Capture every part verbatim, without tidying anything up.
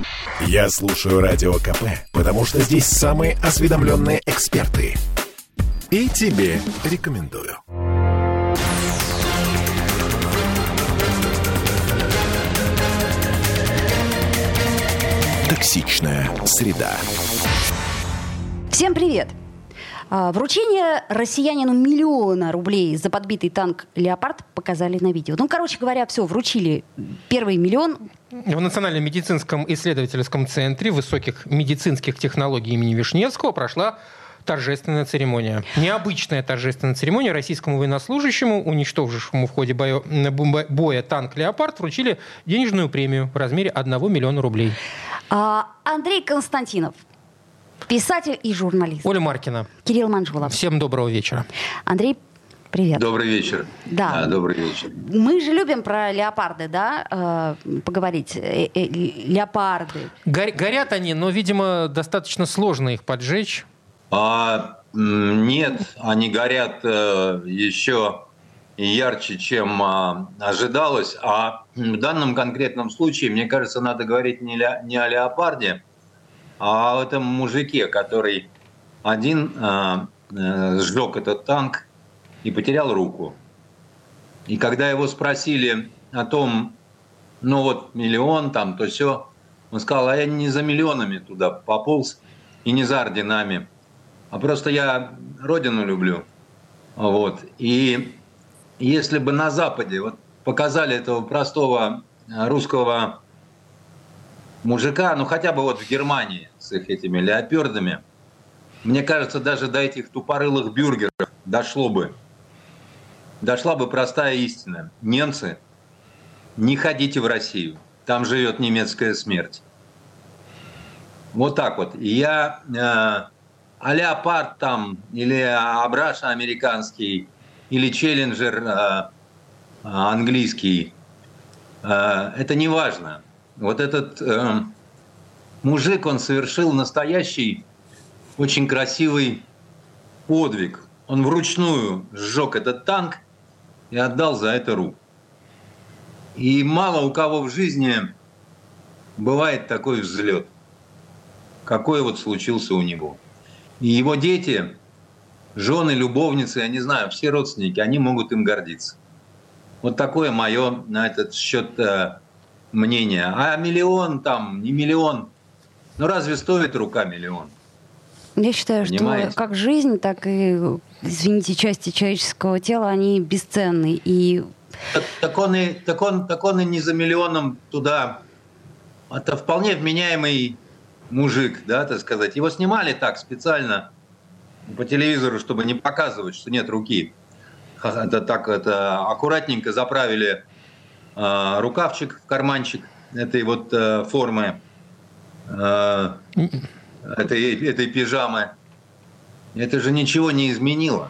Я слушаю Радио КП, потому что здесь самые осведомленные эксперты. И тебе рекомендую. Токсичная среда. Всем привет! Вручение россиянину миллиона рублей за подбитый танк «Леопард» показали на видео. Ну, короче говоря, все, вручили первый миллион. В Национальном медицинском исследовательском центре высоких медицинских технологий имени Вишневского прошла торжественная церемония. Необычная торжественная церемония. Российскому военнослужащему, уничтожившему в ходе боя, боя танк «Леопард», вручили денежную премию в размере одного миллиона рублей. А, Андрей Константинов, писатель и журналист. Оля Маркина. Кирилл Манжулов. Всем доброго вечера. Андрей, привет. Добрый вечер. Да. да добрый вечер. Мы же любим про леопарды, да, э, поговорить. Э, э, леопарды. Гор- горят они, но, видимо, достаточно сложно их поджечь. А, нет, они горят э, еще ярче, чем э, ожидалось. А в данном конкретном случае, мне кажется, надо говорить не, ля, не о леопарде, а о этом мужике, который один э, э, сжег этот танк и потерял руку. И когда его спросили о том, ну вот миллион там, то все, он сказал, а я не за миллионами туда пополз и не за орденами, а просто я родину люблю. Вот. И если бы на Западе вот показали этого простого русского мужика, ну хотя бы вот в Германии с их этими леопардами, мне кажется, даже до этих тупорылых бюргеров дошло бы. Дошла бы простая истина. Немцы, не ходите в Россию. Там живет немецкая смерть. Вот так вот. И я, э, а леопард там, или абраша американский, или челленджер э, английский, э, это не важно. Вот этот э, мужик, он совершил настоящий, очень красивый подвиг. Он вручную сжег этот танк и отдал за это руку. И мало у кого в жизни бывает такой взлет, какой вот случился у него. И его дети, жены, любовницы, я не знаю, все родственники, они могут им гордиться. Вот такое мое на этот счет э, мнение. А миллион там, не миллион, ну разве стоит рука миллион? Я считаю, Понимаете? что как жизнь, так и, извините, части человеческого тела, они бесценны. И... Так, так, он и, так, он, так он и не за миллионом туда. Это вполне вменяемый мужик, да, так сказать. Его снимали так специально по телевизору, чтобы не показывать, что нет руки. Это так, это аккуратненько заправили э, рукавчик в карманчик этой вот э, формы. Э, Этой, этой пижамы. Это же ничего не изменило.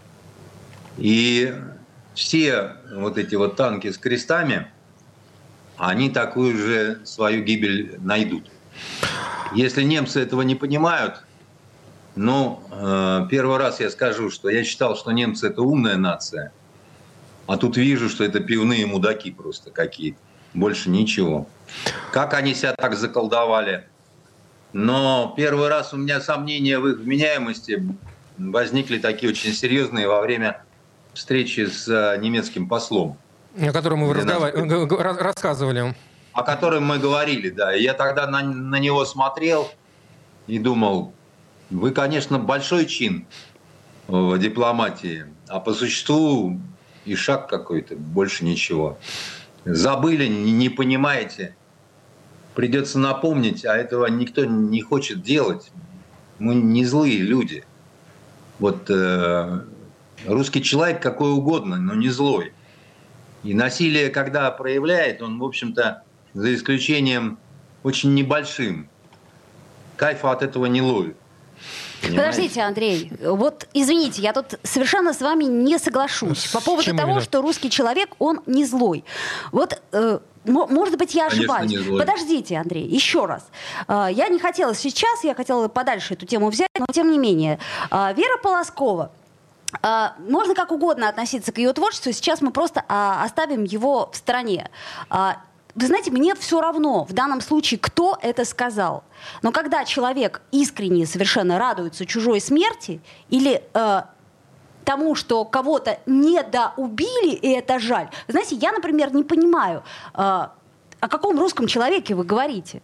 И все вот эти вот танки с крестами, они такую же свою гибель найдут. Если немцы этого не понимают, ну, э, первый раз я скажу, что я считал, что немцы — это умная нация, а тут вижу, что это пивные мудаки просто какие-то. Больше ничего. Как они себя так заколдовали? Но первый раз у меня сомнения в их вменяемости возникли такие очень серьезные во время встречи с немецким послом. О котором мы разговар... нас... рассказывали. О котором мы говорили, да. И я тогда на, на него смотрел и думал, вы, конечно, большой чин в дипломатии, а по существу и шаг какой-то, больше ничего. Забыли, не, не понимаете. Придется напомнить, а этого никто не хочет делать. Мы не злые люди. Вот э, русский человек какой угодно, но не злой. И насилие, когда проявляет, он, в общем-то, за исключением очень небольшим, кайфа от этого не ловит. Понимаете? Подождите, Андрей, вот извините, я тут совершенно с вами не соглашусь по поводу Чем того, именно? что русский человек, он не злой. Вот, э, м- может быть, я Конечно, ошибаюсь. не злой. Подождите, Андрей, еще раз. Э, я не хотела сейчас, я хотела подальше эту тему взять, но тем не менее. Э, Вера Полоскова. Э, можно как угодно относиться к ее творчеству, сейчас мы просто э, оставим его в стороне. Э, вы знаете, мне все равно в данном случае, кто это сказал. Но когда человек искренне совершенно радуется чужой смерти или э, тому, что кого-то недоубили, и это жаль. Вы знаете, я, например, не понимаю, э, о каком русском человеке вы говорите.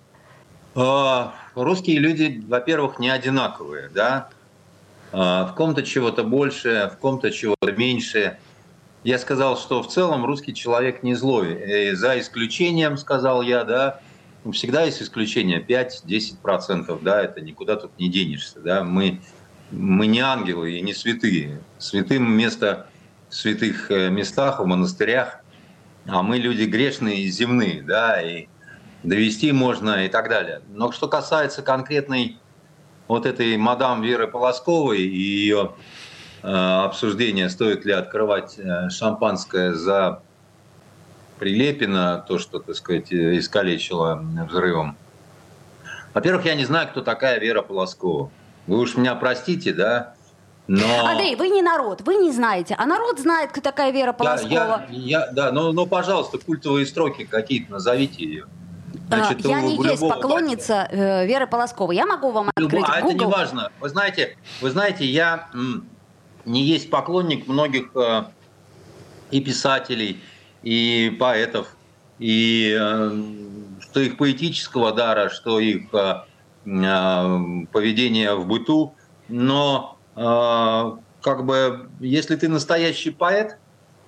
Русские люди, во-первых, не одинаковые, да? В ком-то чего-то больше, в ком-то чего-то меньше. Я сказал, что в целом русский человек не злой. И за исключением, сказал я, да, всегда есть исключения, пять-десять процентов, да, это никуда тут не денешься, да. Мы, мы не ангелы и не святые. Святым место в святых местах, в монастырях, а мы люди грешные и земные, да, и довести можно и так далее. Но что касается конкретной вот этой мадам Веры Полосковой и ее э, обсуждения, стоит ли открывать э, шампанское за Прилепина, то, что, так сказать, искалечило взрывом. Во-первых, я не знаю, кто такая Вера Полоскова. Вы уж меня простите, да, но... Андрей, вы не народ, вы не знаете, а народ знает, кто такая Вера Полоскова. Я, я, я, да, ну, ну, пожалуйста, культовые строки какие-то назовите ее. Значит, я не есть поклонница э, Веры Полосковой. Я могу вам открыть а Google. Это не важно. Вы знаете, вы знаете, я м, не есть поклонник многих э, и писателей, и поэтов, и э, что их поэтического дара, что их э, э, поведение в быту. Но э, как бы, если ты настоящий поэт,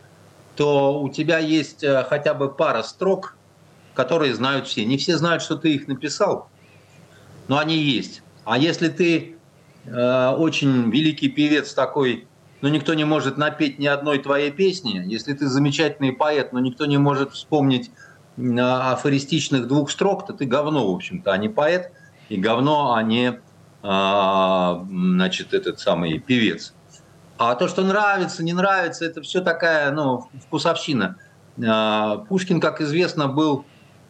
то у тебя есть э, хотя бы пара строк, которые знают все. Не все знают, что ты их написал, но они есть. А если ты э, очень великий певец такой, но никто не может напеть ни одной твоей песни, если ты замечательный поэт, но никто не может вспомнить э, афористичных двух строк, то ты говно, в общем-то, а не поэт, и говно, а не э, значит, этот самый певец. А то, что нравится, не нравится, это все такая, ну, вкусовщина. Э, Пушкин, как известно, был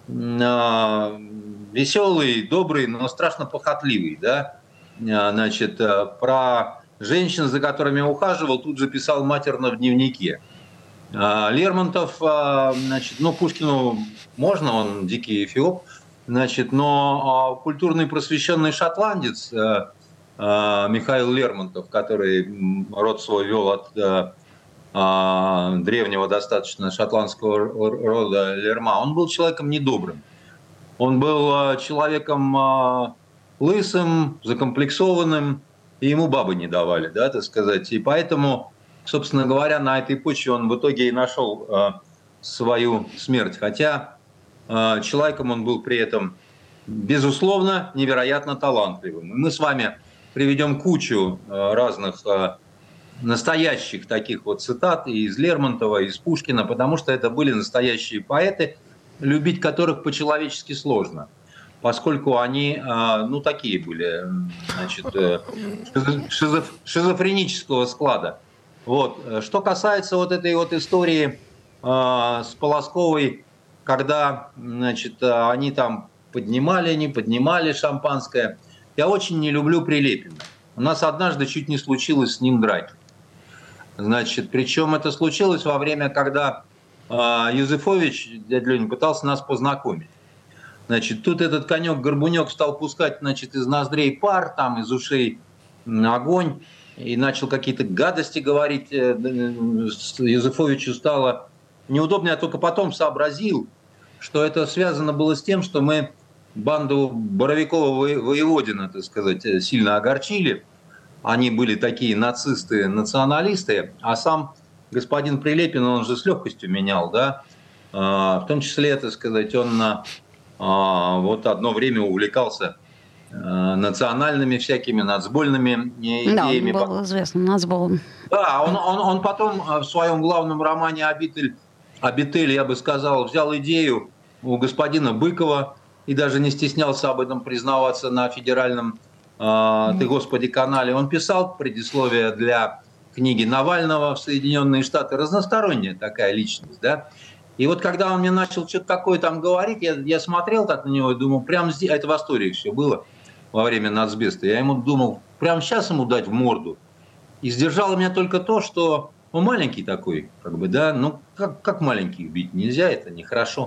веселый, добрый, но страшно похотливый, да, значит, про женщин, за которыми ухаживал, тут же писал матерно в дневнике. Лермонтов, значит, ну, Пушкину можно, он дикий эфиоп, значит, но культурный просвещенный шотландец Михаил Лермонтов, который род свой вел от древнего достаточно шотландского рода Лерма, он был человеком недобрым. Он был человеком лысым, закомплексованным, и ему бабы не давали, да, так сказать. И поэтому, собственно говоря, на этой почве он в итоге и нашел свою смерть. Хотя человеком он был при этом, безусловно, невероятно талантливым. И мы с вами приведем кучу разных настоящих таких вот цитат и из Лермонтова, и из Пушкина, потому что это были настоящие поэты, любить которых по-человечески сложно, поскольку они, ну, такие были, значит, шизоф, шизофренического склада. Вот. Что касается вот этой вот истории с Полосковой, когда, значит, они там поднимали, не поднимали шампанское, я очень не люблю Прилепина. У нас однажды чуть не случилось с ним драки. Значит, причем это случилось во время, когда э, Юзефович, дядя Леня, пытался нас познакомить. Значит, тут этот конек-горбунек стал пускать, значит, из ноздрей пар, там, из ушей огонь, и начал какие-то гадости говорить. Юзефовичу стало неудобно, я только потом сообразил, что это связано было с тем, что мы банду Боровикова-Воеводина, так сказать, сильно огорчили. Они были такие нацисты, националисты, а сам господин Прилепин, он же с легкостью менял, да, в том числе, так сказать, он вот одно время увлекался национальными всякими нацбольными идеями. Да, он был известным нацболом. Да, он, он, он потом в своем главном романе «Обитель», «Обитель», я бы сказал, взял идею у господина Быкова и даже не стеснялся об этом признаваться на федеральном «Ты, Господи» канале. Он писал предисловие для книги Навального в Соединенные Штаты. Разносторонняя такая личность, да. И вот когда он мне начал что-то такое там говорить, я, я смотрел так на него и думал, прямо здесь, а это в Астории все было во время нацбеста, я ему думал, прямо сейчас ему дать в морду. И сдержало меня только то, что он маленький такой, как бы, да, ну как, как маленьких бить? Нельзя, это нехорошо.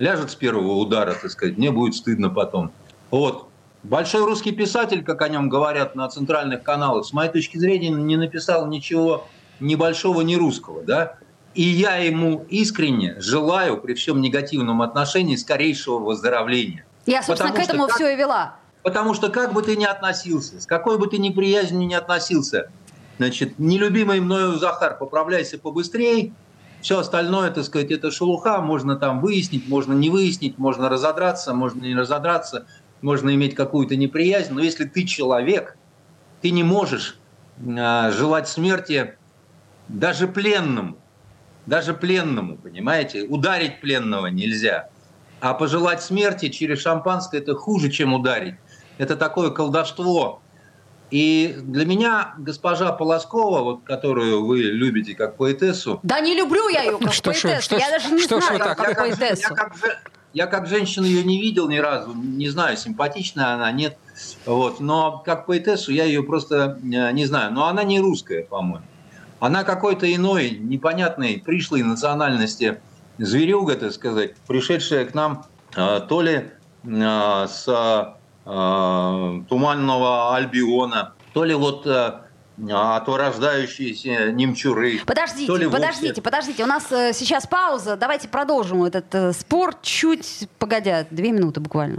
ляжет с первого удара, так сказать, мне будет стыдно потом. Вот. Большой русский писатель, как о нем говорят на центральных каналах, с моей точки зрения, не написал ничего ни большого, ни русского, да. И я ему искренне желаю, при всем негативном отношении, скорейшего выздоровления. Я, собственно, Потому к этому как, все и вела. Потому что как бы ты ни относился, с какой бы ты неприязнью ни относился, значит, нелюбимый мною Захар, поправляйся побыстрее. Все остальное, так сказать, это шелуха. Можно там выяснить, можно не выяснить, можно разодраться, можно не разодраться, можно иметь какую-то неприязнь. Но если ты человек, ты не можешь э, желать смерти даже пленному. Даже пленному, понимаете? Ударить пленного нельзя. А пожелать смерти через шампанское – это хуже, чем ударить. Это такое колдовство. И для меня госпожа Полоскова, вот, которую вы любите как поэтессу… Да не люблю я ее как что поэтессу. Что, я что, даже не что, знаю, что как, так? как поэтессу. Я как, я как женщина ее не видел ни разу. Не знаю, симпатичная она, нет. Вот. Но как поэтессу я ее просто не знаю. Но она не русская, по-моему. Она какой-то иной, непонятной, пришлой национальности зверюга, так сказать, пришедшая к нам э, то ли э, с э, Туманного Альбиона, то ли вот э, от вырождающейся Немчуры. Подождите, то ли подождите, вовсе... подождите. У нас э, сейчас пауза. Давайте продолжим этот э, спор чуть погодя. Две минуты буквально.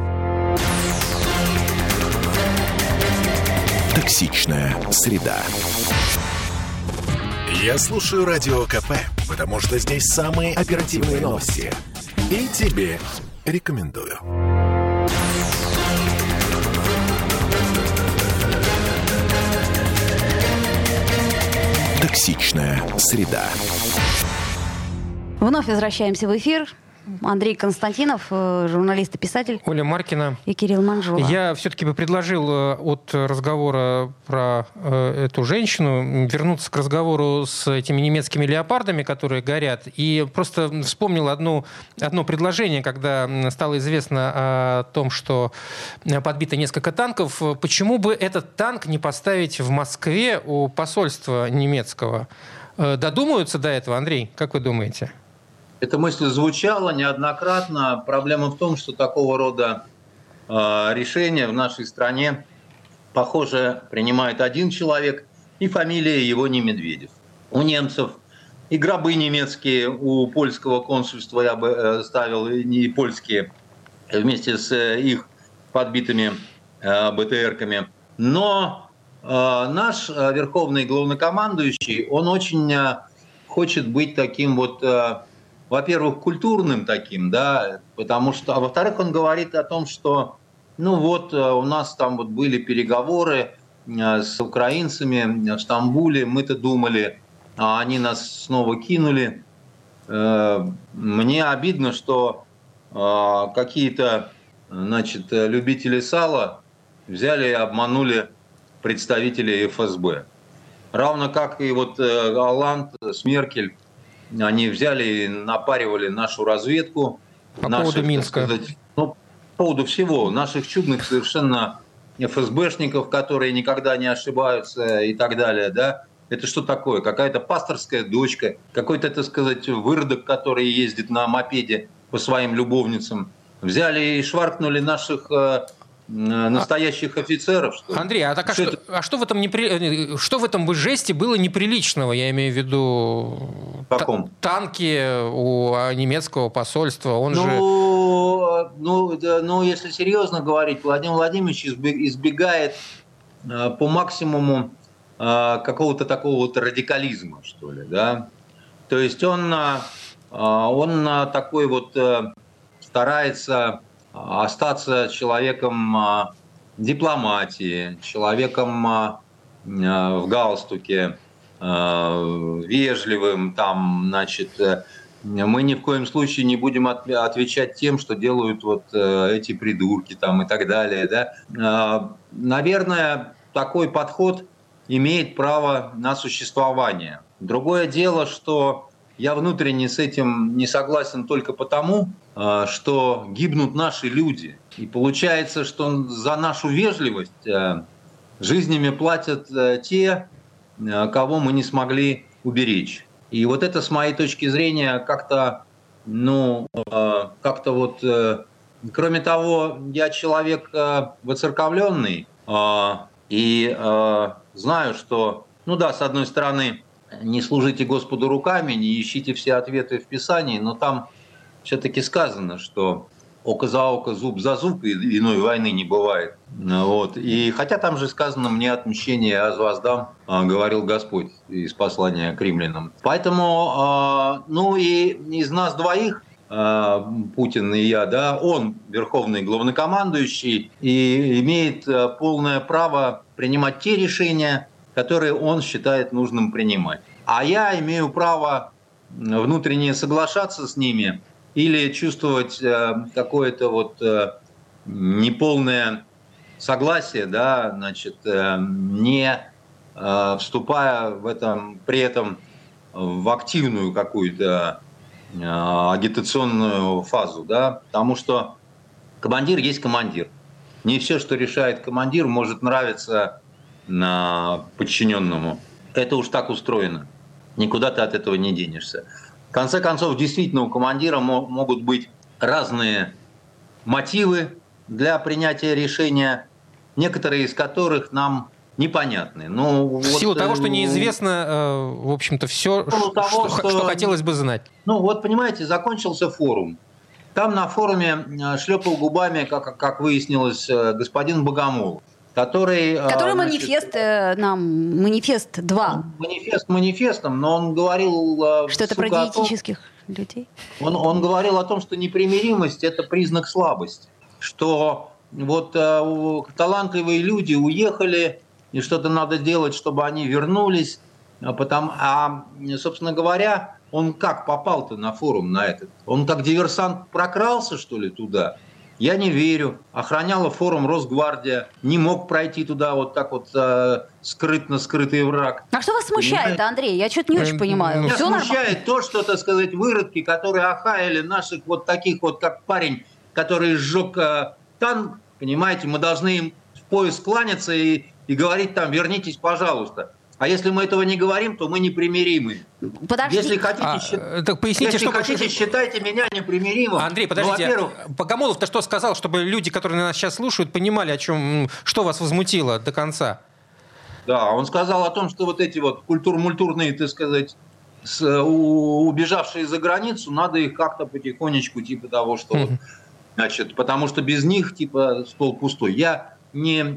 Токсичная среда. Я слушаю Радио КП, потому что здесь самые оперативные новости. И тебе рекомендую. Токсичная среда. Вновь возвращаемся в эфир. Андрей Константинов, журналист и писатель. Оля Маркина. И Кирилл Манжула. Я все-таки бы предложил от разговора про э, эту женщину вернуться к разговору с этими немецкими леопардами, которые горят. И просто вспомнил одну, одно предложение, когда стало известно о том, что подбито несколько танков. Почему бы этот танк не поставить в Москве у посольства немецкого? Додумаются до этого, Андрей? Как вы думаете? Эта мысль звучала неоднократно. Проблема в том, что такого рода э, решения в нашей стране, похоже, принимает один человек, и фамилия его не Медведев. У немцев и гробы немецкие у польского консульства я бы э, ставил, и не польские, вместе с э, их подбитыми э, БТРками. Но э, наш э, верховный главнокомандующий, он очень э, хочет быть таким вот... Э, во-первых, культурным таким, да, потому что, а во-вторых, он говорит о том, что, ну вот, у нас там вот были переговоры с украинцами в Стамбуле, мы-то думали, а они нас снова кинули. Мне обидно, что какие-то, значит, любители сала взяли и обманули представителей эф эс бэ. Равно как и вот Олланд с Меркель. Они взяли и напаривали нашу разведку. По наших, поводу Минска. Сказать, ну, по поводу всего. Наших чудных совершенно эф эс бэшников, которые никогда не ошибаются и так далее. Да? Это что такое? Какая-то пасторская дочка, какой-то, так сказать, выродок, который ездит на мопеде по своим любовницам. Взяли и шваркнули наших... настоящих офицеров, что ли? Андрей, а, так, а, что, а что в этом непри... что в этом жесте было неприличного? Я имею в виду Т- танки у немецкого посольства. Он ну, же... ну, да, ну, если серьезно говорить, Владимир Владимирович избегает э, по максимуму э, какого-то такого вот радикализма, что ли, да? То есть он, э, он такой вот э, старается остаться человеком дипломатии, человеком в галстуке, вежливым, там, значит, мы ни в коем случае не будем отвечать тем, что делают вот эти придурки там и так далее, да. Наверное, такой подход имеет право на существование. Другое дело, что я внутренне с этим не согласен только потому, что гибнут наши люди. И получается, что за нашу вежливость жизнями платят те, кого мы не смогли уберечь. И вот это, с моей точки зрения, как-то ну, как-то вот, кроме того, я человек воцерковленный, и знаю, что, ну да, с одной стороны, не служите Господу руками, не ищите все ответы в Писании, но там все-таки сказано, что око за око, зуб за зуб, и иной войны не бывает. Вот. И хотя там же сказано «мне отмщение аз воздам», говорил Господь из послания к римлянам. Поэтому, ну и из нас двоих, Путин и я, да, он верховный главнокомандующий и имеет полное право принимать те решения, которые он считает нужным принимать. А я имею право внутренне соглашаться с ними или чувствовать какое-то вот неполное согласие, да, значит, не вступая в этом, при этом в активную какую-то агитационную фазу, да, потому что командир есть командир. Не все, что решает командир, может нравиться на подчиненному. Это уж так устроено. Никуда ты от этого не денешься. В конце концов, действительно, у командира могут быть разные мотивы для принятия решения, некоторые из которых нам непонятны. Ну, в силу вот, того, что неизвестно, в общем-то, все, что, того, что, что хотелось бы знать. Ну, вот, понимаете, закончился форум. Там на форуме шлепал губами, как, как выяснилось, господин Богомолов, который... Который значит, манифест нам, манифест два. Манифест манифестом, но он говорил... Что это про диетических том, людей? Он, он говорил о том, что непримиримость – это признак слабости. Что вот э, талантливые люди уехали, и что-то надо делать, чтобы они вернулись. А, потом, а, собственно говоря, он как попал-то на форум на этот? Он как диверсант прокрался, что ли, туда? Я не верю. Охраняла форум Росгвардия. Не мог пройти туда вот так вот э, скрытно скрытый враг. А что вас смущает, понимаете? Андрей? Я что-то не очень понимаю. Меня Все смущает нормально? то, что, так сказать, выродки, которые охаяли наших вот таких вот, как парень, который сжег э, танк, понимаете, мы должны им в пояс кланяться и, и говорить там «вернитесь, пожалуйста». А если мы этого не говорим, то мы непримиримы. Подождите. Если хотите, а, счит... так поясните, если что... хотите считайте меня непримиримым. Андрей, подождите. Ну, Богомолов-то что сказал, чтобы люди, которые нас сейчас слушают, понимали, о чем, что вас возмутило до конца? Да, он сказал о том, что вот эти вот культур-мультурные, так сказать, с, у, убежавшие за границу, надо их как-то потихонечку, типа того, что mm-hmm. вот, значит, потому что без них, типа, стол пустой. Я не...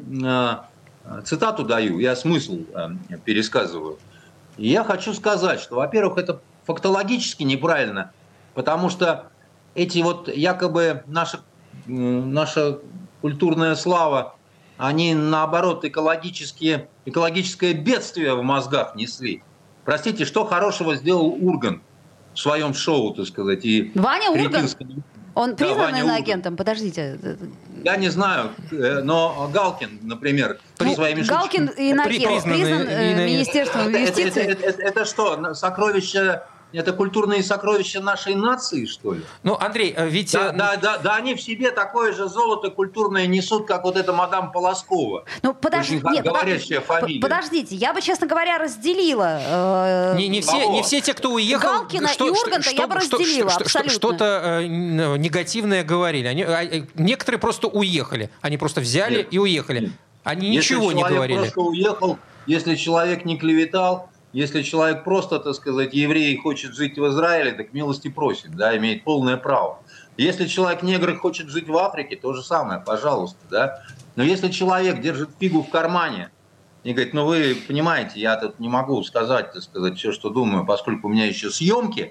Цитату даю, я смысл э, пересказываю. И я хочу сказать, что, во-первых, это фактологически неправильно, потому что эти вот якобы наша, э, наша культурная слава, они, наоборот, экологические, экологическое бедствие в мозгах несли. Простите, что хорошего сделал Ургант в своем шоу, так сказать? И Ваня Ургант? Он признан да, иноагентом? Подождите. Я не знаю, но Галкин, например, ну, своими Галкин иноагент, признан э, Министерством юстиции. Это, это, это, это что, сокровища... Это культурные сокровища нашей нации, что ли? Ну, Андрей, ведь... Да, да, да, да они в себе такое же золото культурное несут, как вот эта мадам Полоскова. Ну, подожди, нет, говорящая фамилия. Подождите, я бы, честно говоря, разделила... Э, не, не, все, не все те, кто уехал... Галкина что, и Урганта что, я бы разделила, что, абсолютно. Что-то э, негативное говорили. Они, э, некоторые просто уехали. Они просто взяли нет, и уехали. Нет. Они если ничего не говорили. Если человек просто уехал, если человек не клеветал, если человек просто, так сказать, еврей хочет жить в Израиле, так милости просит, да, имеет полное право. Если человек негр хочет жить в Африке, то же самое, пожалуйста, да. Но если человек держит фигу в кармане и говорит, ну вы понимаете, я тут не могу сказать, так сказать, все, что думаю, поскольку у меня еще съемки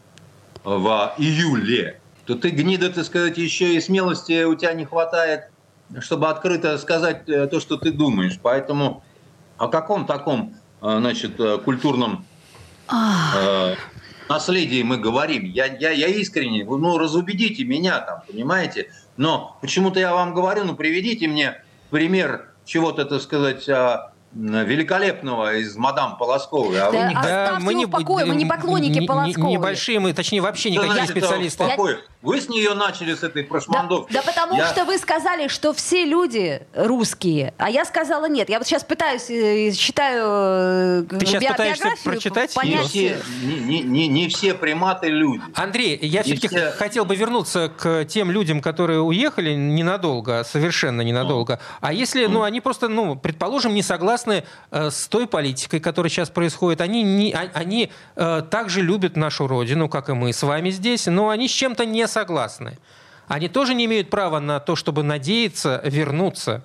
в июле, то ты, гнида, так сказать, еще и смелости у тебя не хватает, чтобы открыто сказать то, что ты думаешь. Поэтому о каком таком... значит, культурном э, наследии мы говорим. Я, я, я искренне, ну, разубедите меня там, понимаете? Но почему-то я вам говорю, ну, приведите мне пример чего-то, так сказать, великолепного из мадам Полосковой. А да, вы не... да, мы не в покое, мы не поклонники не, Полосковой. Небольшие мы, точнее, вообще никакие значит, специалисты. Я... Вы с нее начали, с этой прошмандовки. Да, да потому я... что вы сказали, что все люди русские, а я сказала нет. Я вот сейчас пытаюсь, считаю Ты сейчас би- пытаешься биографию, прочитать понять... Не все, не, не, не, не все приматы люди. Андрей, я не все-таки все... хотел бы вернуться к тем людям, которые уехали ненадолго, совершенно ненадолго. А если, ну, они просто, ну, предположим, не согласны э, с той политикой, которая сейчас происходит, они, не, а, они э, также любят нашу родину, как и мы с вами здесь, но они с чем-то не согласны. Они тоже не имеют права на то, чтобы надеяться вернуться.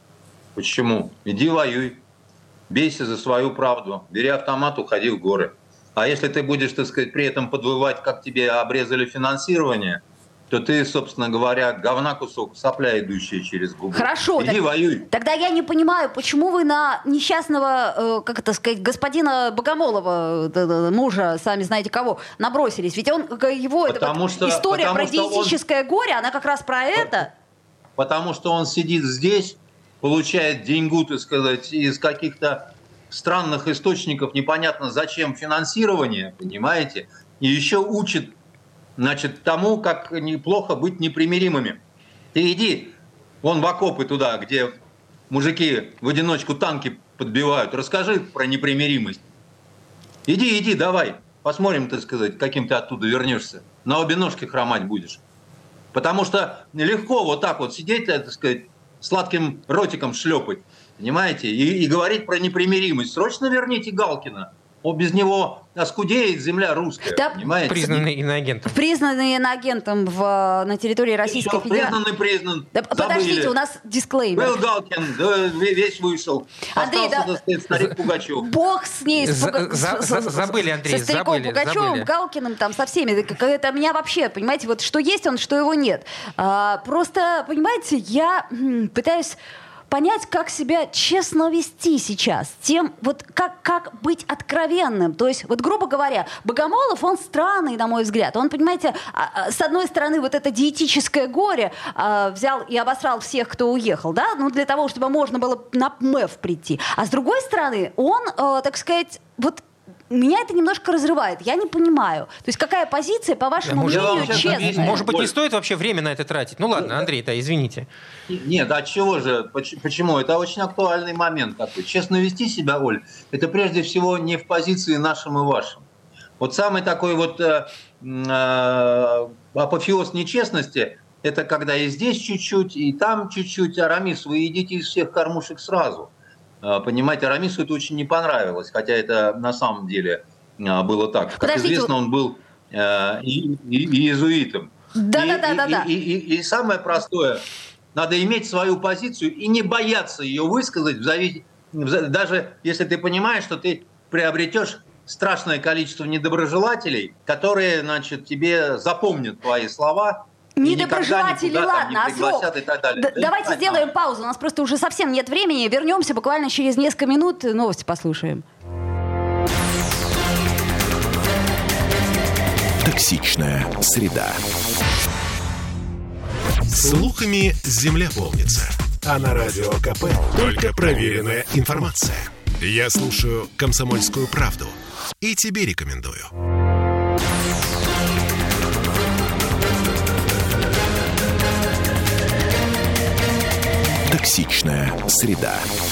Почему? Иди воюй. Бейся за свою правду. Бери автомат, уходи в горы. А если ты будешь, так сказать, при этом подвывать, как тебе обрезали финансирование, то ты, собственно говоря, говна кусок, сопля, идущая через губу. Хорошо. Иди так, воюй. Тогда я не понимаю, почему вы на несчастного, э, как это сказать, господина Богомолова, э, мужа, сами знаете кого, набросились. Ведь он, его эта вот что, история про диетическое он, горе, она как раз про это. Потому что он сидит здесь, получает деньгу, так сказать, из каких-то странных источников, непонятно зачем, финансирование, понимаете, и еще учит, значит, тому, как неплохо быть непримиримыми. Ты иди вон в окопы туда, где мужики в одиночку танки подбивают, расскажи про непримиримость. Иди, иди, давай, посмотрим, так сказать, каким ты оттуда вернешься. На обе ножки хромать будешь. Потому что легко вот так вот сидеть, так сказать, сладким ротиком шлепать, понимаете, и, и говорить про непримиримость. Срочно верните Галкина. О, без него оскудеет земля русская, да, понимаете? Признанный иноагентом. Признанный иноагентом в, на территории Российской Федерации. Признанный, признан. Да, подождите, у нас дисклеймер. Был Галкин, да, весь вышел. Андрей, остался, да, так сказать, старик Пугачев. Бог с ней. С, за, за, за, забыли, Андрей, со стариком забыли, Пугачевым, забыли. Галкиным, там, со всеми. Это меня вообще, понимаете, вот что есть он, что его нет. А, просто, понимаете, я м, пытаюсь... понять, как себя честно вести сейчас, тем, вот как, как быть откровенным. То есть, вот грубо говоря, Богомолов, он странный, на мой взгляд. Он, понимаете, с одной стороны, вот это диетическое горе взял и обосрал всех, кто уехал, да, ну, для того, чтобы можно было на МЭФ прийти. А с другой стороны, он, так сказать, вот меня это немножко разрывает. Я не понимаю. То есть какая позиция, по вашему может, мнению, честная? Может быть, не стоит вообще время на это тратить? Ну ладно, Андрей, да, извините. Нет, а чего же? Почему? Это очень актуальный момент такой. Честно вести себя, Оль, это прежде всего не в позиции нашим и вашим. Вот самый такой вот э, э, апофеоз нечестности, это когда и здесь чуть-чуть, и там чуть-чуть. Арамис, вы едите из всех кормушек сразу. Понимаете, Арамису это очень не понравилось, хотя это на самом деле было так. Как Подождите, известно, он был э, и, и, и иезуитом. Да, и, да, да, и, да, да. И, и, и, и самое простое, надо иметь свою позицию и не бояться ее высказать, в завис... даже если ты понимаешь, что ты приобретешь страшное количество недоброжелателей, которые, значит, тебе запомнят твои слова. Недоброжелатели, ладно, а срок? И так далее. Д- да давайте не сделаем паузу, у нас просто уже совсем нет времени. Вернемся буквально через несколько минут, новости послушаем. Токсичная среда. Слухами земля полнится. А на Радио КП только проверенная информация. Я слушаю «Комсомольскую правду» и тебе рекомендую. Токсичная среда.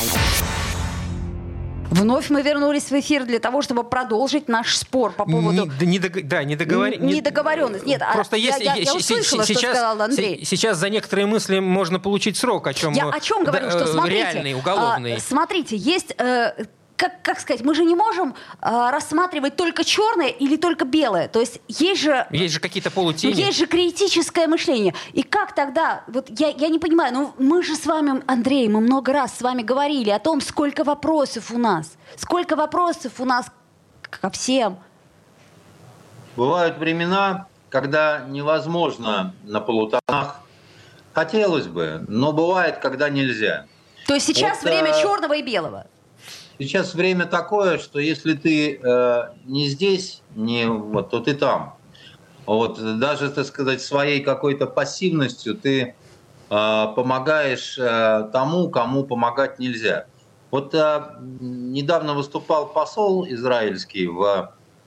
Вновь мы вернулись в эфир для того, чтобы продолжить наш спор по поводу... Не, не дог... Да, недоговор... недоговоренность. Нет, просто а, есть... я, я, я услышала, сейчас, что сказал Андрей. Сейчас за некоторые мысли можно получить срок, о чем... Я о чем говорю, да, что смотрите... реальный, уголовный. А, смотрите, есть... Э, Как, как сказать, мы же не можем э, рассматривать только черное или только белое. То есть есть же... Есть же какие-то полутени. Есть же критическое мышление. И как тогда... Вот я, я не понимаю, ну мы же с вами, Андрей, мы много раз с вами говорили о том, сколько вопросов у нас. Сколько вопросов у нас ко всем. Бывают времена, когда невозможно на полутонах. Хотелось бы, но бывает, когда нельзя. То есть сейчас вот, время а... черного и белого. Сейчас время такое, что если ты э, не здесь, не, вот, то ты там. Вот, даже, так сказать, своей какой-то пассивностью ты э, помогаешь э, тому, кому помогать нельзя. Вот э, недавно выступал посол израильский в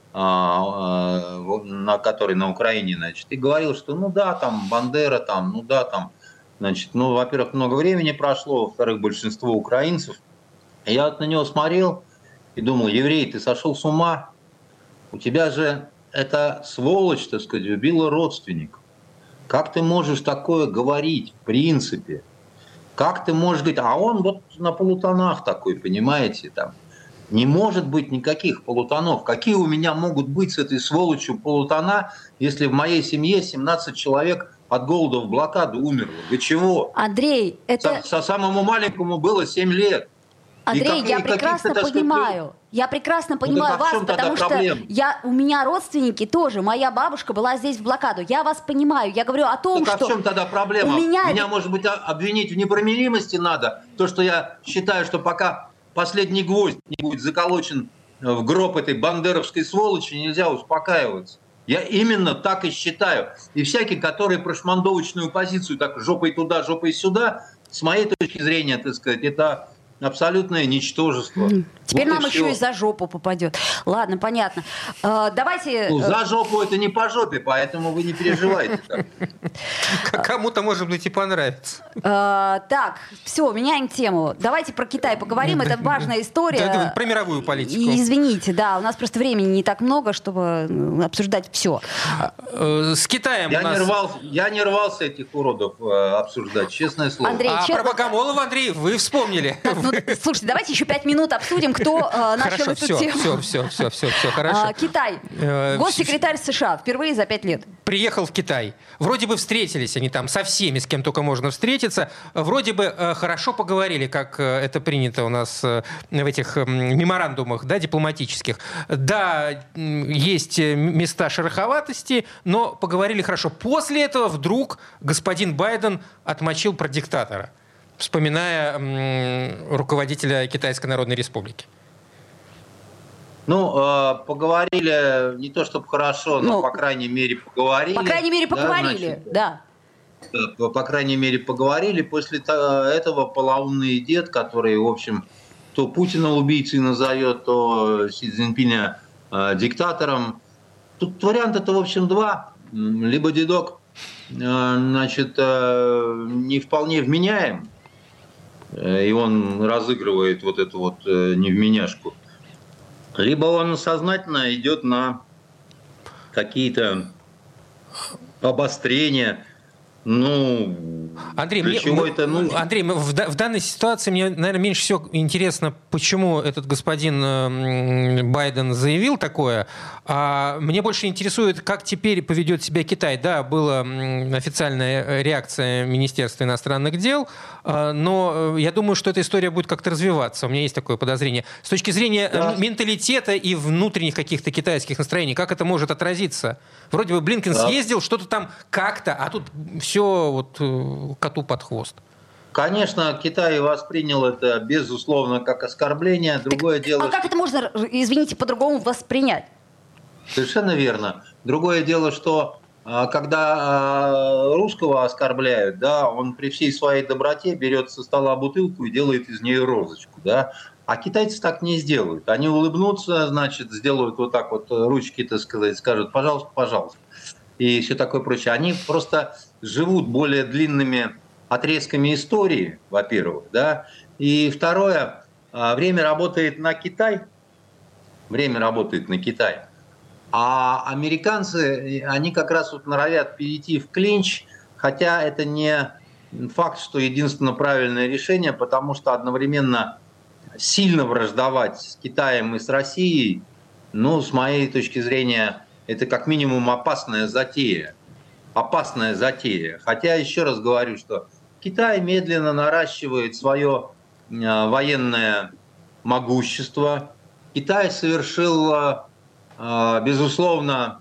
на который на Украине, значит, и говорил, что ну да, там Бандера, там, ну да, там, значит, ну, во-первых, много времени прошло, во-вторых, большинство украинцев. И я вот на него смотрел и думал, еврей, ты сошел с ума? У тебя же эта сволочь, так сказать, убила родственников. Как ты можешь такое говорить, в принципе? Как ты можешь говорить, а он вот на полутонах такой, понимаете, там. Не может быть никаких полутонов. Какие у меня могут быть с этой сволочью полутона, если в моей семье семнадцать человек от голода в блокаду умерло? Вы чего? Андрей, это... Со, со самому маленькому было семь лет. Андрей, как, я прекрасно понимаю. Сказать, я прекрасно понимаю ну, вас, потому что я, у меня родственники тоже. Моя бабушка была здесь в блокаду. Я вас понимаю. Я говорю о том, так что... А в чем тогда проблема? У меня... меня, может быть, обвинить в непримиримости надо. То, что я считаю, что пока... последний гвоздь не будет заколочен в гроб этой бандеровской сволочи, нельзя успокаиваться. Я именно так и считаю. И всякий, который прошмандовочную позицию так жопой туда, жопой сюда, с моей точки зрения, так сказать, это абсолютное ничтожество. Теперь вот нам и еще все. и за жопу попадет. Ладно, понятно. А, давайте... Ну, за жопу это не по жопе, поэтому вы не переживайте. Кому-то, может быть, и понравится. А, так, все, меняем тему. Давайте про Китай поговорим. Это важная история. Про мировую политику. Извините, да, у нас просто времени не так много, чтобы обсуждать все. С Китаем я у нас... Не рвался, я не рвался этих уродов обсуждать, честное слово. Андрей, а честно... про Богомолова, Андрей, вы вспомнили. Ну, слушайте, давайте еще пять минут обсудим, кто э, начал хорошо, эту все, тему. Все, все, все, все, все, хорошо. А, Китай. Госсекретарь США впервые за пять лет. Приехал в Китай. Вроде бы встретились они там со всеми, с кем только можно встретиться. Вроде бы э, хорошо поговорили, как э, это принято у нас э, в этих э, меморандумах, да, дипломатических. Да, есть места шероховатости, но поговорили хорошо. После этого вдруг господин Байден отмочил про диктатора, вспоминая м, руководителя Китайской Народной Республики. Ну, э, поговорили не то чтобы хорошо, но, ну, по крайней мере, поговорили. По крайней мере, поговорили, да. Значит, да. По крайней мере, поговорили. После этого полоумный дед, который, в общем, то Путина убийцей назовет, то Си Цзиньпиня э, диктатором. Тут варианта-то, в общем, два. Либо дедок, э, значит, э, не вполне вменяем, и он разыгрывает вот эту вот невменяшку, либо он сознательно идет на какие-то обострения. Ну, Андрей, мне, мы, это, ну... Андрей мы, в, в данной ситуации мне, наверное, меньше всего интересно, почему этот господин э, Байден заявил такое. А мне больше интересует, как теперь поведет себя Китай. Да, была м, официальная реакция Министерства иностранных дел, э, но я думаю, что эта история будет как-то развиваться. У меня есть такое подозрение. С точки зрения да. менталитета и внутренних каких-то китайских настроений, как это может отразиться? Вроде бы Блинкен да. съездил, что-то там как-то, а тут все вот коту под хвост. Конечно, Китай воспринял это, безусловно, как оскорбление. Другое так, дело... А как это можно, извините, по-другому воспринять? Совершенно верно. Другое дело, что когда русского оскорбляют, да, он при всей своей доброте берет со стола бутылку и делает из нее розочку, да. А китайцы так не сделают. Они улыбнутся, значит, сделают вот так вот ручки, так сказать, скажут «пожалуйста, пожалуйста». И все такое прочее. Они просто живут более длинными отрезками истории, во-первых, да. И второе, время работает на Китай. Время работает на Китай. А американцы, они как раз вот норовят перейти в клинч, хотя это не факт, что единственно правильное решение, потому что одновременно сильно враждовать с Китаем и с Россией, ну, с моей точки зрения, это как минимум опасная затея. Опасная затея. Хотя, еще раз говорю, что Китай медленно наращивает свое военное могущество. Китай совершил, безусловно,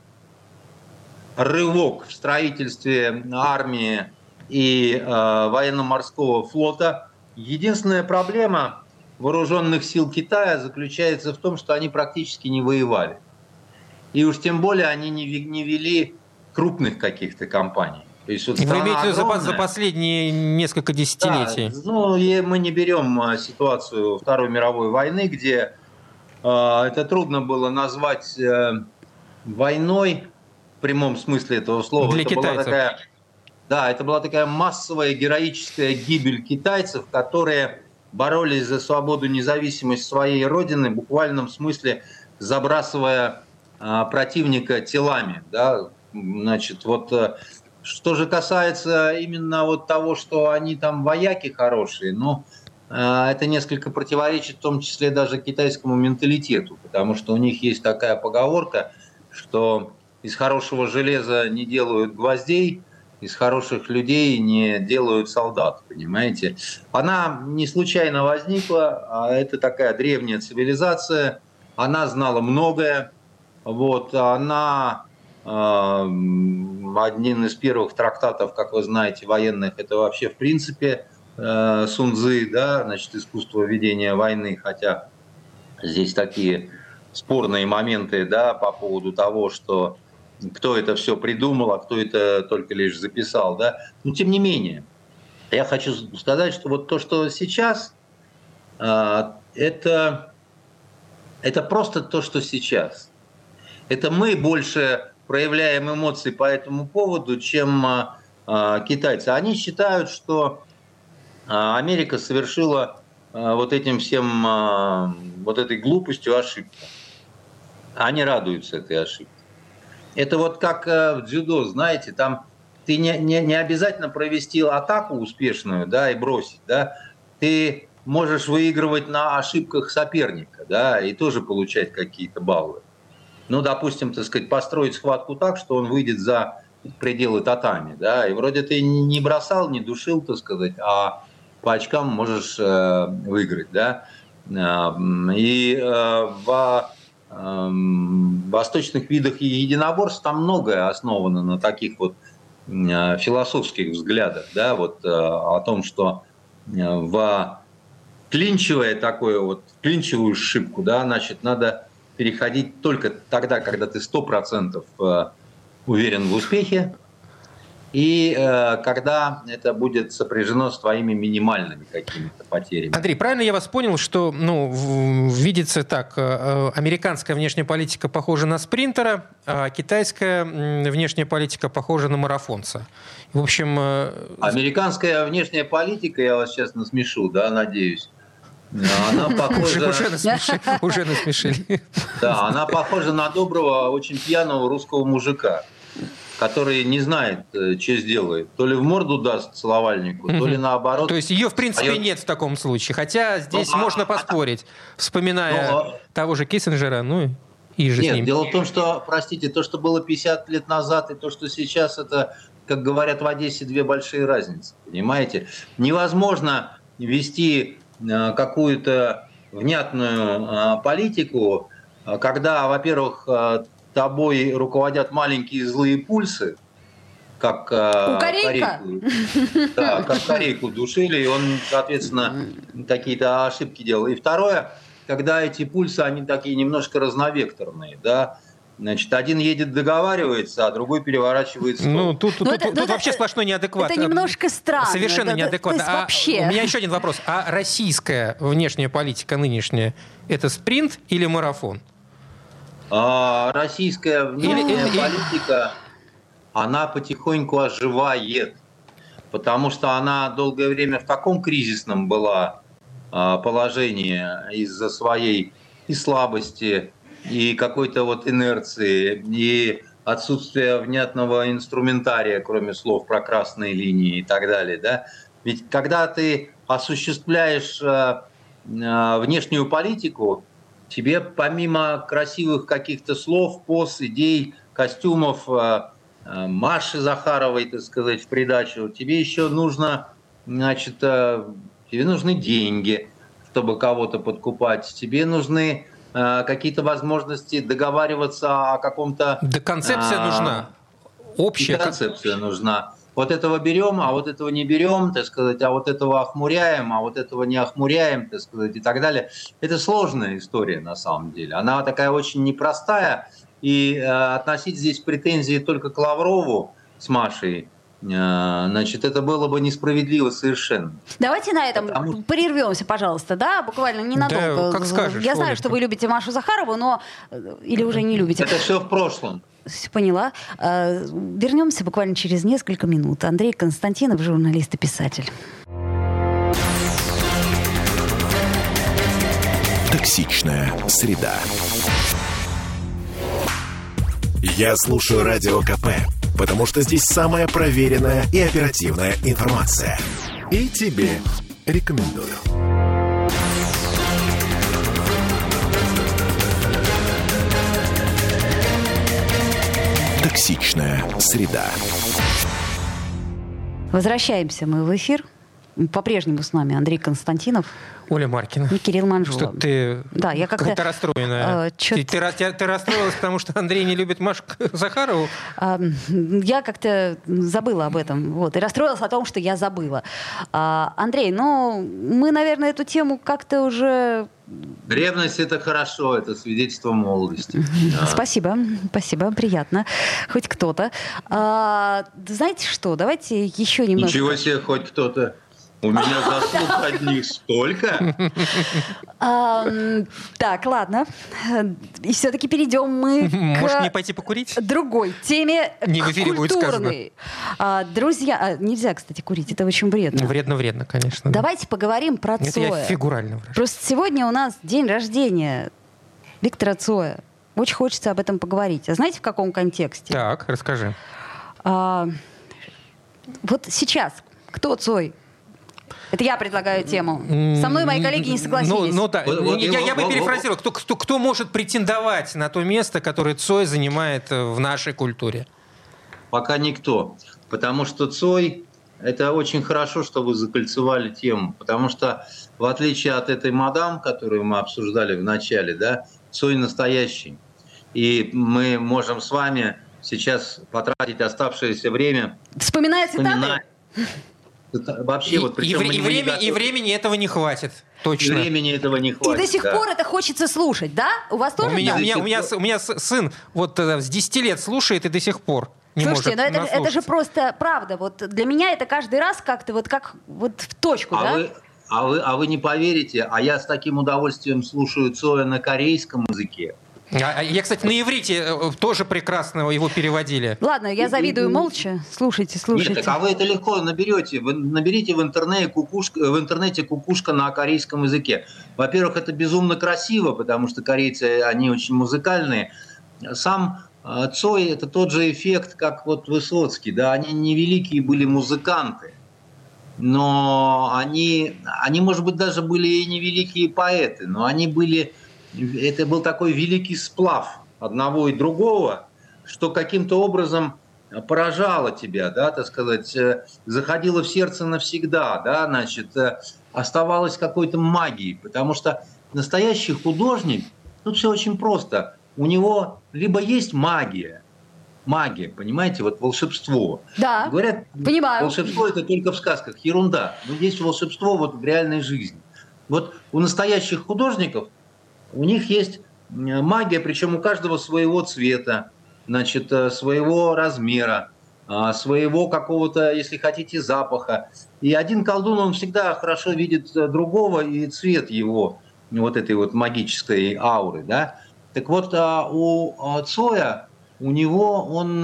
рывок в строительстве армии и военно-морского флота. Единственная проблема вооруженных сил Китая заключается в том, что они практически не воевали. И уж тем более они не вели крупных каких-то кампаний. То есть, вот Вы имеете в виду за последние несколько десятилетий? Да, ну, мы не берем ситуацию Второй мировой войны, где э, это трудно было назвать э, войной в прямом смысле этого слова. Для это китайцев. Была такая, да, это была такая массовая героическая гибель китайцев, которые боролись за свободу и независимость своей родины, в буквальном смысле забрасывая а, противника телами. Да? Значит, вот, что же касается именно вот того, что они там вояки хорошие, ну, а, это несколько противоречит в том числе даже китайскому менталитету, потому что у них есть такая поговорка, что из хорошего железа не делают гвоздей, из хороших людей не делают солдат, понимаете? Она не случайно возникла, а это такая древняя цивилизация, она знала многое, вот, она, э, один из первых трактатов, как вы знаете, военных, это вообще в принципе э, Сун Цзы, да, значит, искусство ведения войны, хотя здесь такие спорные моменты, да, по поводу того, что кто это все придумал, а кто это только лишь записал, да. Но тем не менее, я хочу сказать, что вот то, что сейчас, это, это просто то, что сейчас. Это мы больше проявляем эмоции по этому поводу, чем китайцы. Они считают, что Америка совершила вот этим всем, вот этой глупостью ошибку. Они радуются этой ошибке. Это вот как в дзюдо, знаете, там ты не, не, не обязательно провести атаку успешную, да, и бросить, да. Ты можешь выигрывать на ошибках соперника, да, и тоже получать какие-то баллы. Ну, допустим, так сказать, построить схватку так, что он выйдет за пределы татами, да, и вроде ты не бросал, не душил, так сказать, а по очкам можешь э, выиграть, да. И э, в В восточных видах единоборств там многое основано на таких вот философских взглядах, да, вот о том, что в клинчевое такое вот, клинчевую ошибку, да, значит, надо переходить только тогда, когда ты сто процентов уверен в успехе, и э, когда это будет сопряжено с твоими минимальными какими-то потерями. Андрей, правильно я вас понял, что, ну, видится так, э, американская внешняя политика похожа на спринтера, а китайская внешняя политика похожа на марафонца? В общем... Э... Американская внешняя политика, я вас сейчас насмешу, да, надеюсь, она похожа... Уже насмешили. Да, она похожа на доброго, очень пьяного русского мужика, который не знает, что сделает. То ли в морду даст целовальнику, то ли наоборот. То есть ее, в принципе, а нет в таком случае. Хотя здесь ну, можно а, поспорить, вспоминая ну, того же Киссинджера, ну и же нет, с ним. Дело в том, что, простите, то, что было пятьдесят лет назад, и то, что сейчас, это, как говорят в Одессе, две большие разницы. Понимаете? Невозможно вести какую-то внятную политику, когда, во-первых, тобой руководят маленькие злые пульсы, как Корейку, да, как Корейку душили, и он, соответственно, какие-то ошибки делал. И второе, когда эти пульсы, они такие немножко разновекторные, да, значит, один едет договаривается, а другой переворачивает стол. Ну, тут, тут, тут, это, тут это, вообще сплошной неадекват. Это немножко странно. Совершенно да, неадекватно. А вообще... У меня еще один вопрос. А российская внешняя политика нынешняя, это спринт или марафон? А российская внешняя или, политика, она потихоньку оживает, потому что она долгое время в таком кризисном была положении из-за своей и слабости, и какой-то вот инерции, и отсутствия внятного инструментария, кроме слов про красные линии и так далее. Да? Ведь когда ты осуществляешь внешнюю политику, тебе помимо красивых каких-то слов, поз, идей, костюмов Маши Захаровой, так сказать, в придачу, тебе еще нужно, значит, тебе нужны деньги, чтобы кого-то подкупать, тебе нужны какие-то возможности договариваться о каком-то... Да концепция а, нужна. Общая концепция нужна. Вот этого берем, а вот этого не берем, так сказать, а вот этого охмуряем, а вот этого не охмуряем, так сказать, и так далее. Это сложная история на самом деле. Она такая очень непростая. И э, относить здесь претензии только к Лаврову с Машей, значит, это было бы несправедливо совершенно. Давайте на этом Потому... прервемся, пожалуйста, да, буквально ненадолго. Да, как скажешь, Я знаю, Оля, что вы любите Машу Захарову, но или уже не любите. Это все в прошлом. Поняла. Вернемся буквально через несколько минут. Андрей Константинов, журналист и писатель. Токсичная среда. Я слушаю Радио КП, потому что здесь самая проверенная и оперативная информация. И тебе рекомендую. Токсичная среда. Возвращаемся мы в эфир. По-прежнему с нами Андрей Константинов. Оля Маркина. И Кирилл Манжула. Что ты да, я как-то, как-то расстроенная. Э, ты, ты, ты, ты расстроилась, потому что Андрей не любит Машу Захарову? Э, я как-то забыла об этом. Вот, и расстроилась о том, что я забыла. Э, Андрей, ну, мы, наверное, эту тему как-то уже... Ревность — это хорошо, это свидетельство молодости. Да. Спасибо, спасибо, приятно. Хоть кто-то. А, знаете что, давайте еще немножко... Ничего себе, хоть кто-то. У меня заслуг одних столько. Так, ладно. И все-таки перейдем мы Может, к не пойти покурить? другой теме, не в эфире будет сказано. Друзья, нельзя, кстати, курить, это очень вредно. Вредно-вредно, конечно. Давайте поговорим про Цоя. Это я фигурально выражаюсь. Просто сегодня у нас день рождения Виктора Цоя. Очень хочется об этом поговорить. А знаете, в каком контексте? Так, расскажи. Вот сейчас кто Цой? Это я предлагаю тему. Со мной мои коллеги не согласились. Ну, ну да. Вот, вот, я, вот, я бы вот, перефразировал. Кто, кто, кто может претендовать на то место, которое Цой занимает в нашей культуре? Пока никто. Потому что Цой... Это очень хорошо, что вы закольцевали тему. Потому что, в отличие от этой мадам, которую мы обсуждали в начале, да, Цой настоящий. И мы можем с вами сейчас потратить оставшееся время... Вспоминая цитаты? Вообще, и, вот, причем и, и, время, и времени этого не хватит. Точно. И времени этого не хватит. И до сих да. пор это хочется слушать, да? У вас тоже у меня, так? у, меня, у, меня, у меня сын вот с десяти лет слушает и до сих пор не Слушайте, может но это, это же просто правда. Вот для меня это каждый раз как-то вот как вот в точку, а да? Вы, а, вы, а вы не поверите, а я с таким удовольствием слушаю Цоя на корейском языке. Я, кстати, на иврите тоже прекрасно его переводили. Ладно, я завидую молча. Слушайте, слушайте. Нет, так, а вы это легко наберете. Вы наберите в интернете, кукушка, в интернете кукушка на корейском языке. Во-первых, это безумно красиво, потому что корейцы, они очень музыкальные. Сам Цой – это тот же эффект, как вот Высоцкий. Да? Они невеликие были музыканты, но они, они, может быть, даже были и невеликие поэты, но они были... Это был такой великий сплав одного и другого, что каким-то образом поражало тебя, да, так сказать, заходило в сердце навсегда, да, значит, оставалось какой-то магией, потому что настоящий художник, тут все очень просто, у него либо есть магия, магия, понимаете, вот волшебство. Да, говорят, понимаю. Волшебство – это только в сказках, ерунда, но есть волшебство вот в реальной жизни. Вот у настоящих художников у них есть магия, причем у каждого своего цвета, значит, своего размера, своего какого-то, если хотите, запаха. И один колдун, он всегда хорошо видит другого и цвет его, вот этой вот магической ауры, да. Так вот, у Цоя, у него он,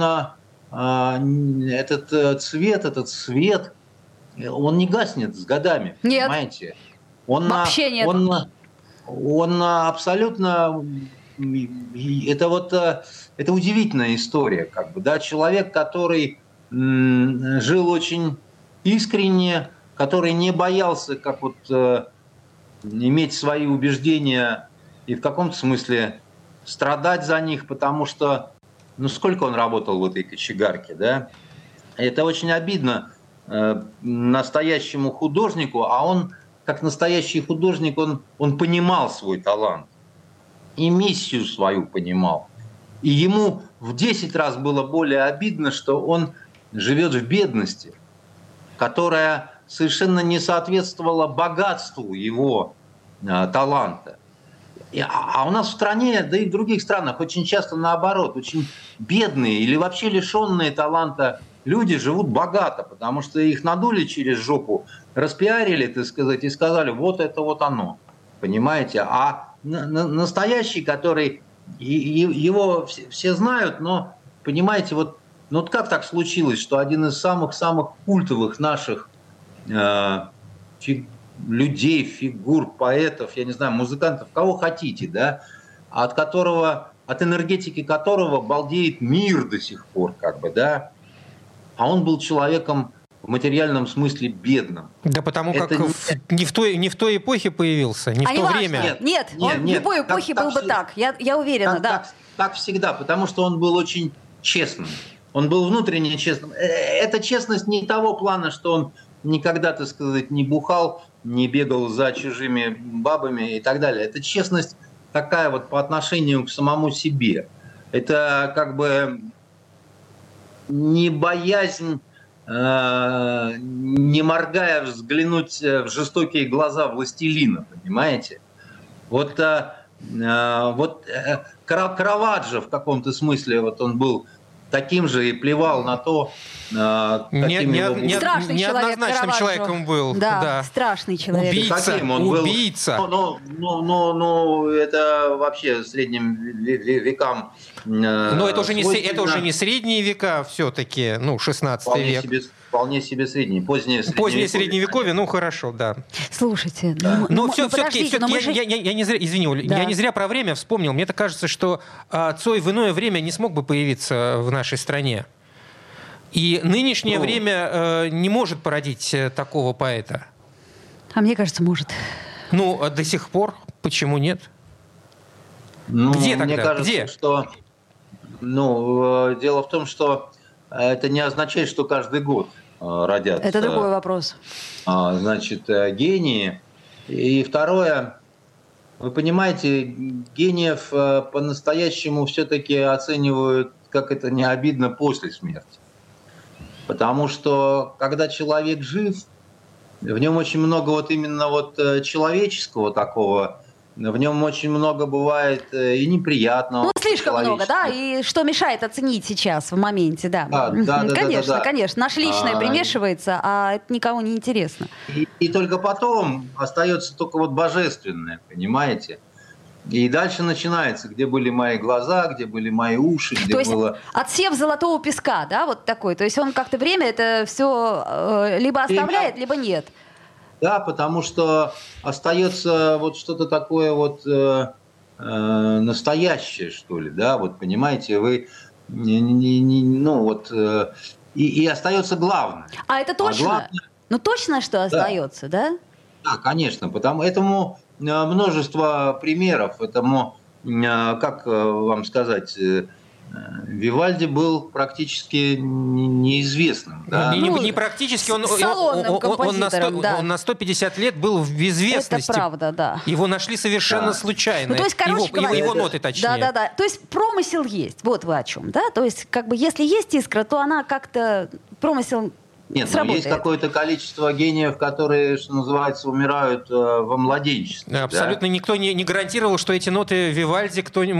этот цвет, этот свет, он не гаснет с годами, нет. Понимаете? Он, вообще нет. Он, Он абсолютно, это вот, это удивительная история, как бы, да, человек, который м, жил очень искренне, который не боялся, как вот, э, иметь свои убеждения и в каком-то смысле страдать за них, потому что, ну, сколько он работал в этой кочегарке, да, это очень обидно э, настоящему художнику, а он как настоящий художник, он, он понимал свой талант и миссию свою понимал. И ему в десять раз было более обидно, что он живет в бедности, которая совершенно не соответствовала богатству его а, таланта. И, а, а у нас в стране, да и в других странах очень часто наоборот, очень бедные или вообще лишенные таланта люди живут богато, потому что их надули через жопу, распиарили, так сказать, и сказали, вот это вот оно, понимаете? А настоящий, который, его все знают, но, понимаете, вот, ну вот как так случилось, что один из самых-самых культовых наших э, фиг, людей, фигур, поэтов, я не знаю, музыкантов, кого хотите, да, от которого, от энергетики которого балдеет мир до сих пор, как бы, да, а он был человеком в материальном смысле бедным. Да потому это как не... В, не, в той, не в той эпохе появился, не а в то важно. время. Нет, нет, нет, он нет, в любой эпохе так, был так, бы так, я, я уверена, так, да. Так, так всегда, потому что он был очень честным. Он был внутренне честным. Эта честность не того плана, что он никогда, так сказать, не бухал, не бегал за чужими бабами и так далее. Это честность такая вот по отношению к самому себе. Это как бы не боязнь, э, не моргая взглянуть в жестокие глаза властелина, понимаете? Вот, э, вот э, Караваджо в каком-то смысле вот он был таким же и плевал на то, каким не, его... Не, страшный неоднозначным человек, человеком был. Да, да, страшный человек. Убийца, каким он убийца. Был? Ну, ну, ну, ну, это вообще средним векам. Но это уже, не, это уже не средние века все-таки, ну, шестнадцатый вполне век. Себе, вполне себе средний, позднее средневековье. Позднее средневековье, ну, хорошо, да. Слушайте, да. ну, но ну, все, ну все-таки, все-таки но я, же... я, я, я не зря, извини, Оля, да. я не зря про время вспомнил. Мне так кажется, что а, Цой в иное время не смог бы появиться в нашей стране. И нынешнее ну, время э, не может породить э, такого поэта. А мне кажется, может. Ну, а до сих пор почему нет? Ну, где тогда? Мне кажется, где? что... Ну, э, дело в том, что это не означает, что каждый год э, родятся. Это другой вопрос. Э, значит, э, гении. И второе, вы понимаете, гениев э, по-настоящему все-таки оценивают, как это не обидно, после смерти. Потому что, когда человек жив, в нем очень много вот именно вот человеческого такого, в нем очень много бывает и неприятного. Ну, слишком много, да, и что мешает оценить сейчас, в моменте, да. Да, да, да, конечно, да, да. конечно, наше личное а, примешивается, а это никому не интересно. И, и только потом остается только вот божественное, понимаете? И дальше начинается, где были мои глаза, где были мои уши, где то есть было... отсев золотого песка, да, вот такой. То есть он как-то время это все э, либо оставляет, либо нет. Да, потому что остается вот что-то такое вот э, э, настоящее, что ли, да, вот понимаете, вы, не, не, не, ну вот, э, и, и остается главное. А это точно? А главное... Ну точно, что остается, да? Да, да, конечно, потому этому... множество примеров. Этому, как вам сказать, Вивальди был практически неизвестным. Да? Не, не, не практически, он, салонным он, он, он, на сто, да. он на сто пятьдесят лет был в известности. Это правда, да. Его нашли совершенно да. случайно. Ну, то есть, короче его, говоря, его, его ноты точнее. Да, да, да. То есть промысел есть. Вот вы о чем, да? То есть, как бы, если есть искра, то она как-то промысел. Нет, но есть какое-то количество гениев, которые, что называется, умирают э, во младенчестве. Абсолютно да? Никто не, не гарантировал, что эти ноты Вивальди, кто, они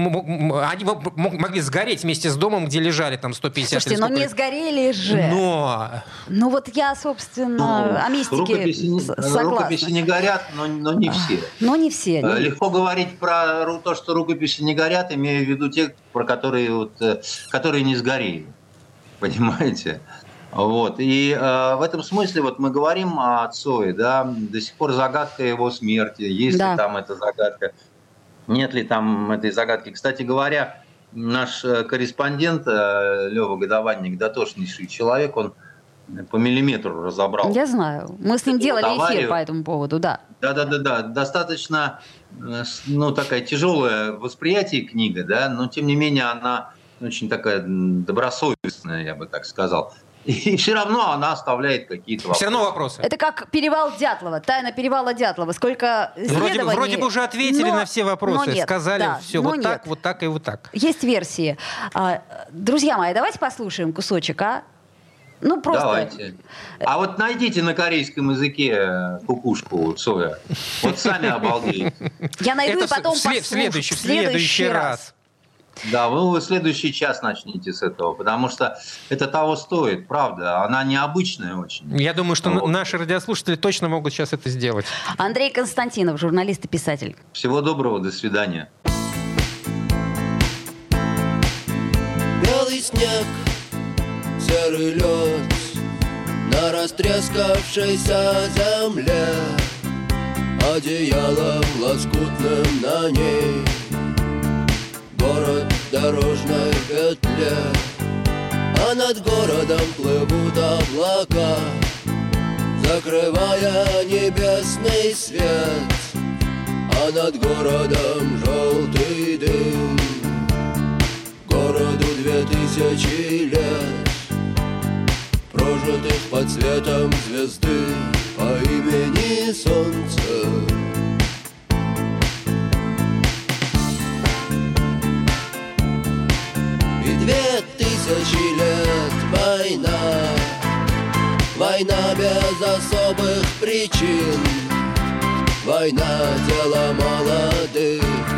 могли сгореть вместе с домом, где лежали там сто пятьдесят. Слушайте, но не сгорели же. Но... Ну вот я, собственно, ну, о мистике рукописи, согласна. Рукописи не горят, но, но не все. Но не все. Не... Легко говорить про то, что рукописи не горят, имея в виду те, про которые, вот, которые не сгорели. Понимаете? Вот. И э, в этом смысле вот мы говорим о Цое, да, до сих пор загадка его смерти, есть да. ли там эта загадка, нет ли там этой загадки. Кстати говоря, наш корреспондент Лёва Годованник, дотошнейший человек, он по миллиметру разобрал. Я знаю, мы с ним делали аварию. Эфир по этому поводу, да. Да-да-да, достаточно, ну, такая тяжелое восприятие книга, да, но тем не менее она очень такая добросовестная, я бы так сказал. И все равно она оставляет какие-то вопросы. Все равно вопросы. Это как перевал Дятлова, тайна перевала Дятлова. Сколько исследований... Вроде, вроде бы уже ответили но, на все вопросы, нет, сказали да, все вот нет. так, вот так и вот так. Есть версии. Друзья мои, давайте послушаем кусочек, а? Ну, просто... Давайте. А вот найдите на корейском языке кукушку Цоя. Вот сами обалдеете. Я найду Это и потом в, след, послушаю. В следующий, в следующий раз. Да, вы в следующий час начните с этого, потому что это того стоит, правда. Она необычная очень. Я думаю, что вот. Наши радиослушатели точно могут сейчас это сделать. Андрей Константинов, журналист и писатель. Всего доброго, до свидания. Белый снег, серый лед на растрескавшейся земле, одеялом лоскутным на ней город в дорожной петле, а над городом плывут облака, закрывая небесный свет, а над городом желтый дым. Городу две тысячи лет, прожитых под светом звезды по имени Солнце. И две тысячи лет война, война без особых причин, война дела молодых,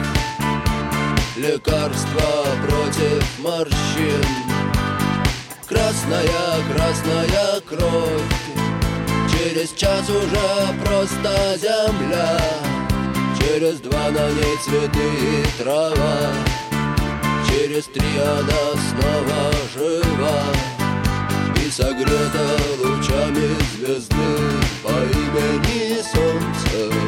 лекарства против морщин. Красная, красная кровь, через час уже просто земля, через два на ней цветы и трава, через три она снова жива и согрета лучами звезды по имени Солнце.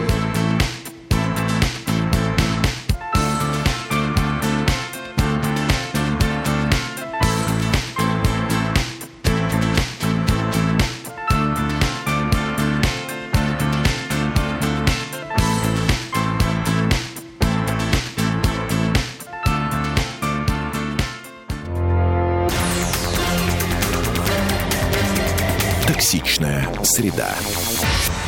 Токсичная среда.